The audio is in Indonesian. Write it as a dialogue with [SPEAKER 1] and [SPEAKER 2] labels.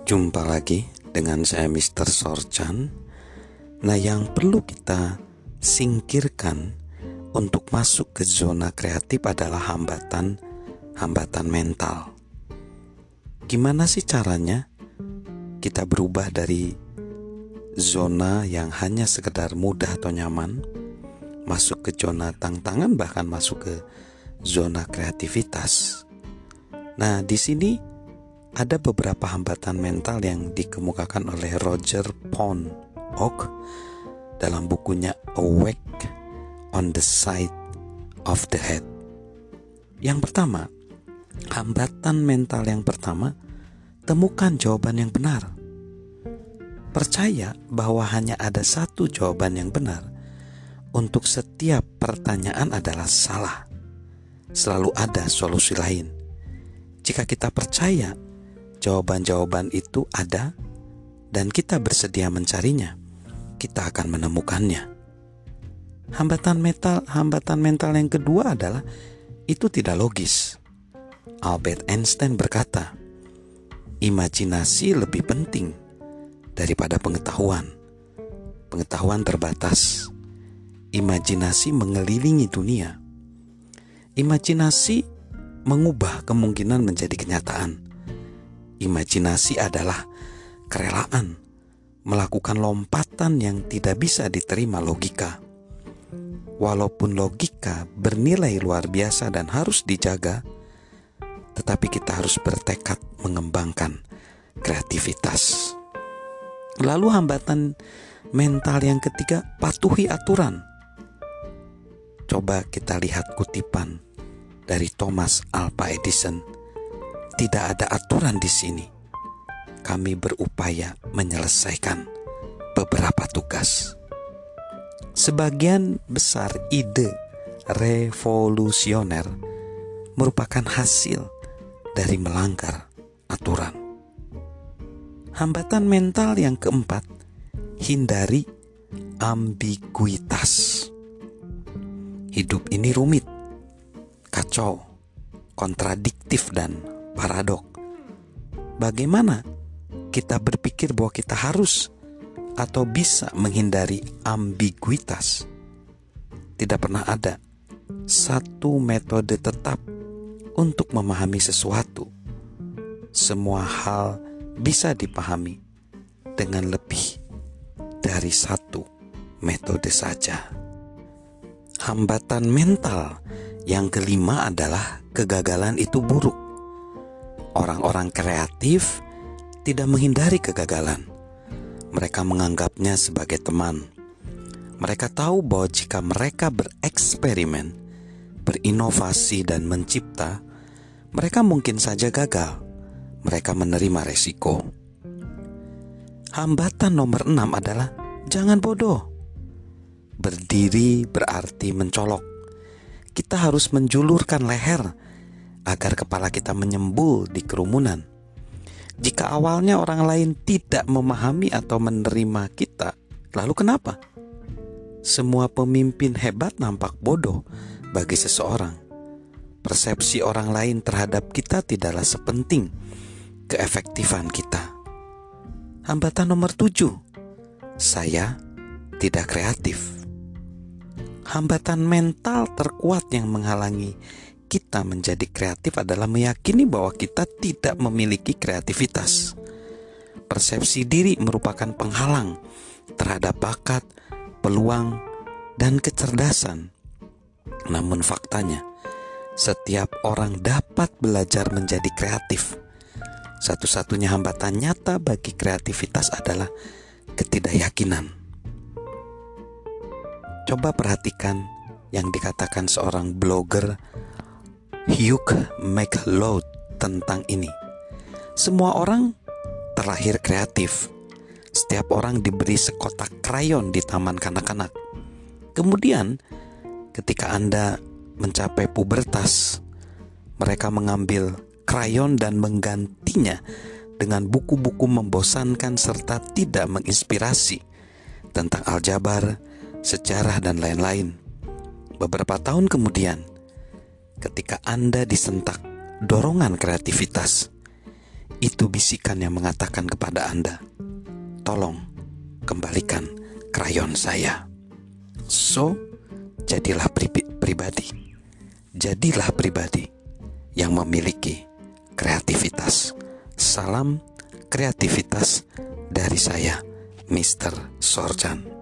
[SPEAKER 1] Jumpa lagi dengan saya Mr. Sorchan. Nah, yang perlu kita singkirkan untuk masuk ke zona kreatif adalah hambatan mental. Gimana sih caranya kita berubah dari zona yang hanya sekedar mudah atau nyaman, masuk ke zona tantangan, bahkan masuk ke zona kreativitas? Nah, di sini ada beberapa hambatan mental yang dikemukakan oleh Roger Pound Oak dalam bukunya Awake on the Side of the Head. Yang pertama, hambatan mental yang pertama, temukan jawaban yang benar. Percaya bahwa hanya ada satu jawaban yang benar untuk setiap pertanyaan adalah salah. Selalu ada solusi lain. Jika kita percaya jawaban-jawaban itu ada dan kita bersedia mencarinya, kita akan menemukannya. Hambatan mental yang kedua adalah itu tidak logis. Albert Einstein berkata, imajinasi lebih penting daripada pengetahuan. Pengetahuan terbatas. Imajinasi mengelilingi dunia. Imajinasi mengubah kemungkinan menjadi kenyataan. Imajinasi adalah kerelaan melakukan lompatan yang tidak bisa diterima logika. Walaupun logika bernilai luar biasa dan harus dijaga, tetapi kita harus bertekad mengembangkan kreativitas. Lalu hambatan mental yang ketiga, patuhi aturan. Coba kita lihat kutipan dari Thomas Alva Edison. Tidak ada aturan di sini. Kami berupaya menyelesaikan beberapa tugas. Sebagian besar ide revolusioner merupakan hasil dari melanggar aturan. Hambatan mental yang keempat, hindari ambiguitas. Hidup ini rumit, kacau, kontradiktif, dan paradok. Bagaimana kita berpikir bahwa kita harus atau bisa menghindari ambiguitas? Tidak pernah ada satu metode tetap untuk memahami sesuatu. Semua hal bisa dipahami dengan lebih dari satu metode saja. Hambatan mental yang kelima adalah kegagalan itu buruk. Orang-orang kreatif tidak menghindari kegagalan. Mereka menganggapnya sebagai teman. Mereka tahu bahwa jika mereka bereksperimen, berinovasi, dan mencipta, mereka mungkin saja gagal. Mereka menerima resiko. Hambatan nomor 6 adalah jangan bodoh. Berdiri berarti mencolok. Kita harus menjulurkan leher agar kepala kita menyembul di kerumunan. Jika awalnya orang lain tidak memahami atau menerima kita, lalu kenapa? Semua pemimpin hebat nampak bodoh bagi seseorang. Persepsi orang lain terhadap kita tidaklah sepenting keefektifan kita. Hambatan nomor 7, saya tidak kreatif. Hambatan mental terkuat yang menghalangi kita menjadi kreatif adalah meyakini bahwa kita tidak memiliki kreativitas. Persepsi diri merupakan penghalang terhadap bakat, peluang, dan kecerdasan. Namun faktanya, setiap orang dapat belajar menjadi kreatif. Satu-satunya hambatan nyata bagi kreativitas adalah ketidakyakinan. Coba perhatikan yang dikatakan seorang blogger Hugh MacLeod tentang ini. Semua orang terlahir kreatif. Setiap orang diberi sekotak krayon di taman kanak-kanak. Kemudian ketika Anda mencapai pubertas, mereka mengambil krayon dan menggantinya dengan buku-buku membosankan serta tidak menginspirasi tentang aljabar, sejarah, dan lain-lain. Beberapa tahun kemudian, ketika Anda disentak dorongan kreativitas, itu bisikan yang mengatakan kepada Anda, tolong kembalikan krayon saya. So, jadilah pribadi yang memiliki kreativitas. Salam kreativitas dari saya, Mr. Sorjan.